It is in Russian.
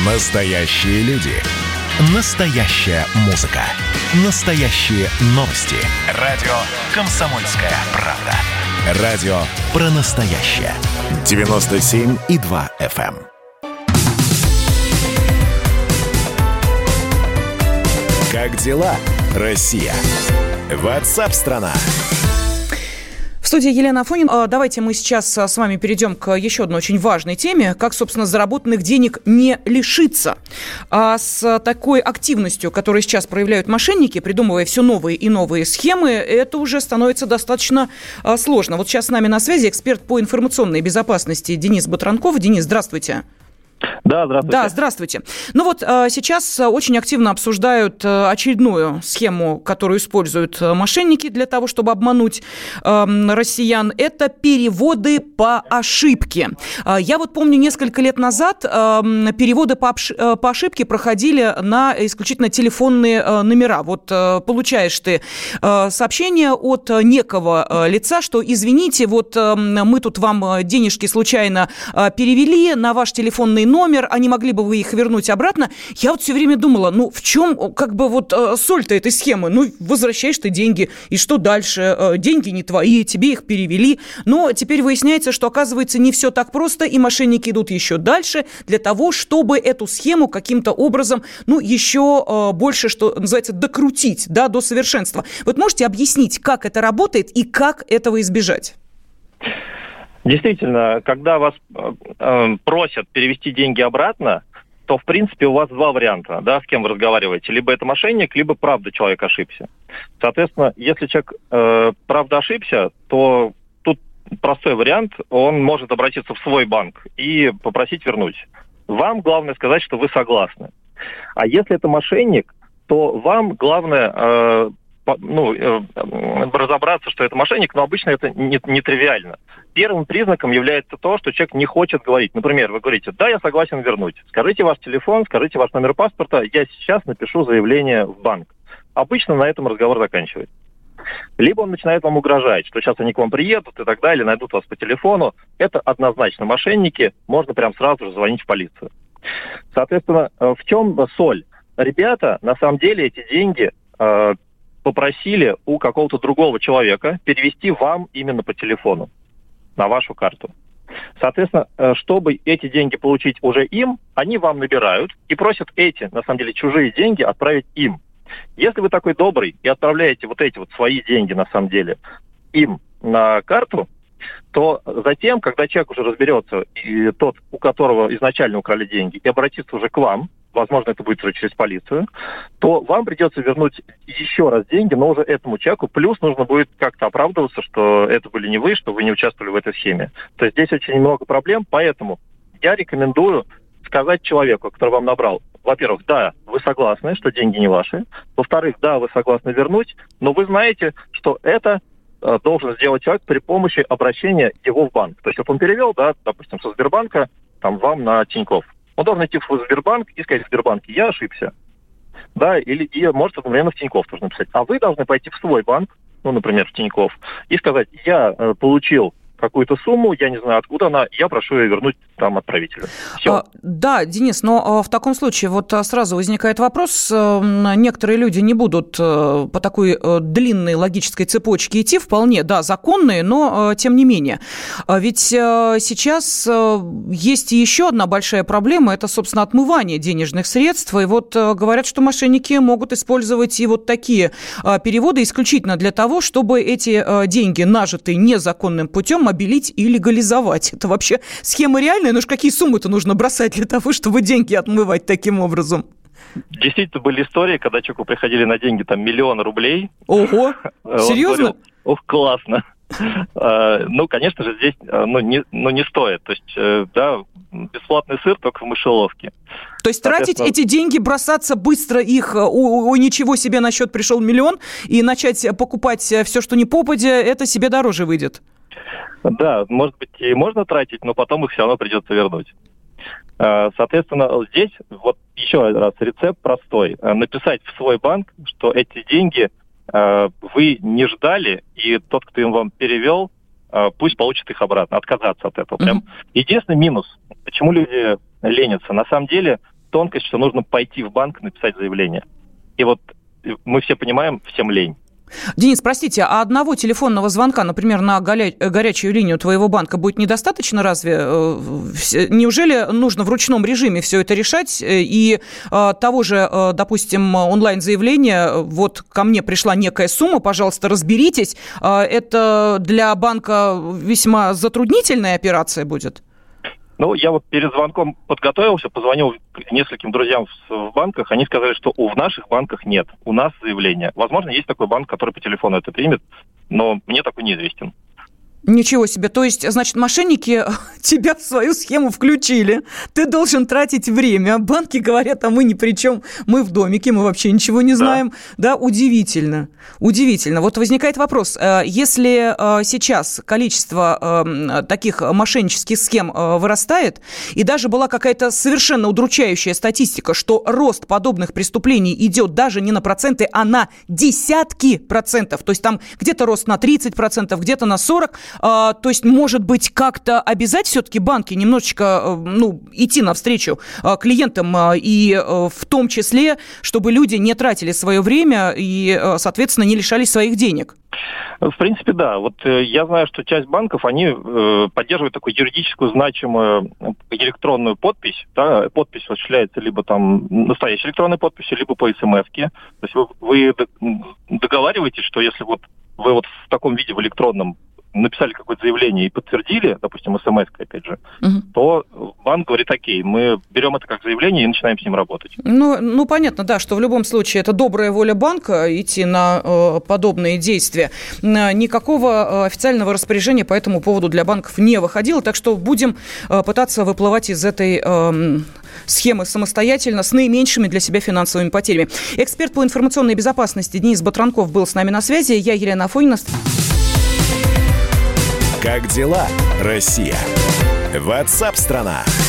Настоящие люди. Настоящая музыка. Настоящие новости. Радио «Комсомольская правда». Радио про настоящее. 97,2 FM. Как дела, Россия? WhatsApp-страна. В студии Елена Афонина. Давайте мы сейчас с вами перейдем к еще одной очень важной теме. Как, собственно, заработанных денег не лишиться. С такой активностью, которую сейчас проявляют мошенники, придумывая все новые и новые схемы, это уже становится достаточно сложно. Вот сейчас с нами на связи эксперт по информационной безопасности Денис Батранков. Денис, здравствуйте. Да, здравствуйте. Да, здравствуйте. Ну вот сейчас очень активно обсуждают очередную схему, которую используют мошенники для того, чтобы обмануть россиян. Это переводы по ошибке. Я вот помню, несколько лет назад переводы по ошибке проходили на исключительно телефонные номера. Вот получаешь ты сообщение от некого лица, что извините, вот мы тут вам денежки случайно перевели на ваш телефонный номер, а не могли бы вы их вернуть обратно? Я вот все время думала, ну в чем как бы вот соль-то этой схемы? Ну возвращаешь ты деньги, и что дальше? Деньги не твои, тебе их перевели. Но теперь выясняется, что оказывается не все так просто, и мошенники идут еще дальше для того, чтобы эту схему каким-то образом, ну еще больше, что называется, докрутить, да, до совершенства. Вот можете объяснить, как это работает и как этого избежать? Действительно, когда вас просят перевести деньги обратно, то, в принципе, у вас два варианта, да, с кем вы разговариваете. Либо это мошенник, либо правда человек ошибся. Соответственно, если человек правда ошибся, то тут простой вариант, он может обратиться в свой банк и попросить вернуть. Вам главное сказать, что вы согласны. А если это мошенник, то вам главное разобраться, что это мошенник, но обычно это не тривиально. Первым признаком является то, что человек не хочет говорить. Например, вы говорите, да, я согласен вернуть. Скажите ваш телефон, скажите ваш номер паспорта, я сейчас напишу заявление в банк. Обычно на этом разговор заканчивается. Либо он начинает вам угрожать, что сейчас они к вам приедут и так далее, найдут вас по телефону. Это однозначно мошенники, можно прям сразу же звонить в полицию. Соответственно, в чем соль? Ребята, на самом деле, эти деньги попросили у какого-то другого человека перевести вам именно по телефону на вашу карту. Соответственно, чтобы эти деньги получить уже им, они вам набирают и просят эти, на самом деле, чужие деньги отправить им. Если вы такой добрый и отправляете вот эти вот свои деньги, на самом деле, им на карту, то затем, когда человек уже разберется, и тот, у которого изначально украли деньги, и обратится уже к вам, возможно, это будет уже через полицию, то вам придется вернуть еще раз деньги, но уже этому человеку. Плюс нужно будет как-то оправдываться, что это были не вы, что вы не участвовали в этой схеме. То есть здесь очень много проблем, поэтому я рекомендую сказать человеку, который вам набрал, во-первых, да, вы согласны, что деньги не ваши. Во-вторых, да, вы согласны вернуть, но вы знаете, что это должен сделать человек при помощи обращения его в банк. То есть, вот он перевел, да, допустим, со Сбербанка там вам на Тинькофф. Он должен идти в Сбербанк и сказать в Сбербанке, я ошибся. Да, и может одновременно в Тинькофф тоже написать. А вы должны пойти в свой банк, ну, например, в Тинькофф, и сказать, я получил какую-то сумму, я не знаю, откуда она, я прошу ее вернуть там отправителю. Все. Да, Денис, но в таком случае вот сразу возникает вопрос, некоторые люди не будут по такой длинной логической цепочке идти, вполне, да, законные, но тем не менее. Ведь сейчас есть еще одна большая проблема, это, собственно, отмывание денежных средств, и вот говорят, что мошенники могут использовать и вот такие переводы исключительно для того, чтобы эти деньги, нажитые незаконным путем, обелить и легализовать. Это вообще схема реальная? Ну, какие суммы-то нужно бросать для того, чтобы деньги отмывать таким образом? Действительно, были истории, когда человеку приходили на деньги там 1 000 000 рублей. Ого! Серьезно? Он говорил, ох, классно. Ну, конечно же, здесь не стоит. То есть, да, бесплатный сыр только в мышеловке. То есть тратить эти деньги, бросаться быстро их, ничего себе, на счет пришел 1 000 000, и начать покупать все, что не попадя, это себе дороже выйдет. Да, может быть, и можно тратить, но потом их все равно придется вернуть. Соответственно, здесь вот еще раз рецепт простой. Написать в свой банк, что эти деньги вы не ждали, и тот, кто им вам перевел, пусть получит их обратно, отказаться от этого. Прям единственный минус, почему люди ленятся. На самом деле, тонкость, что нужно пойти в банк, написать заявление. И вот мы все понимаем, всем лень. Денис, простите, а одного телефонного звонка, например, на горячую линию твоего банка будет недостаточно разве? Неужели нужно в ручном режиме все это решать? И того же, допустим, онлайн-заявления, вот ко мне пришла некая сумма, пожалуйста, разберитесь, это для банка весьма затруднительная операция будет? Ну, я вот перед звонком подготовился, позвонил нескольким друзьям в банках, они сказали, что в наших банках нет, у нас заявление. Возможно, есть такой банк, который по телефону это примет, но мне такой неизвестен. Ничего себе. То есть, значит, мошенники тебя в свою схему включили. Ты должен тратить время. Банки говорят, а мы ни при чем. Мы в домике, мы вообще ничего не знаем. Да, удивительно. Удивительно. Вот возникает вопрос. Если сейчас количество таких мошеннических схем вырастает, и даже была какая-то совершенно удручающая статистика, что рост подобных преступлений идет даже не на проценты, а на десятки процентов. То есть там где-то рост на 30%, где-то на 40%. То есть, может быть, как-то обязать все-таки банки немножечко идти навстречу клиентам и в том числе, чтобы люди не тратили свое время и, соответственно, не лишались своих денег? В принципе, да. Вот я знаю, что часть банков, они поддерживают такую юридическую значимую электронную подпись. Да? Подпись осуществляется либо там настоящей электронной подписью, либо по СМС-ке. То есть вы договариваетесь, что если вот вы вот в таком виде, в электронном, написали какое-то заявление и подтвердили, допустим, смс-кой, опять же, то банк говорит, окей, мы берем это как заявление и начинаем с ним работать. Ну, понятно, да, что в любом случае это добрая воля банка идти на подобные действия. Никакого официального распоряжения по этому поводу для банков не выходило, так что будем пытаться выплывать из этой схемы самостоятельно с наименьшими для себя финансовыми потерями. Эксперт по информационной безопасности Денис Батранков был с нами на связи. Я Елена Афонина. Как дела, Россия? WhatsApp-страна.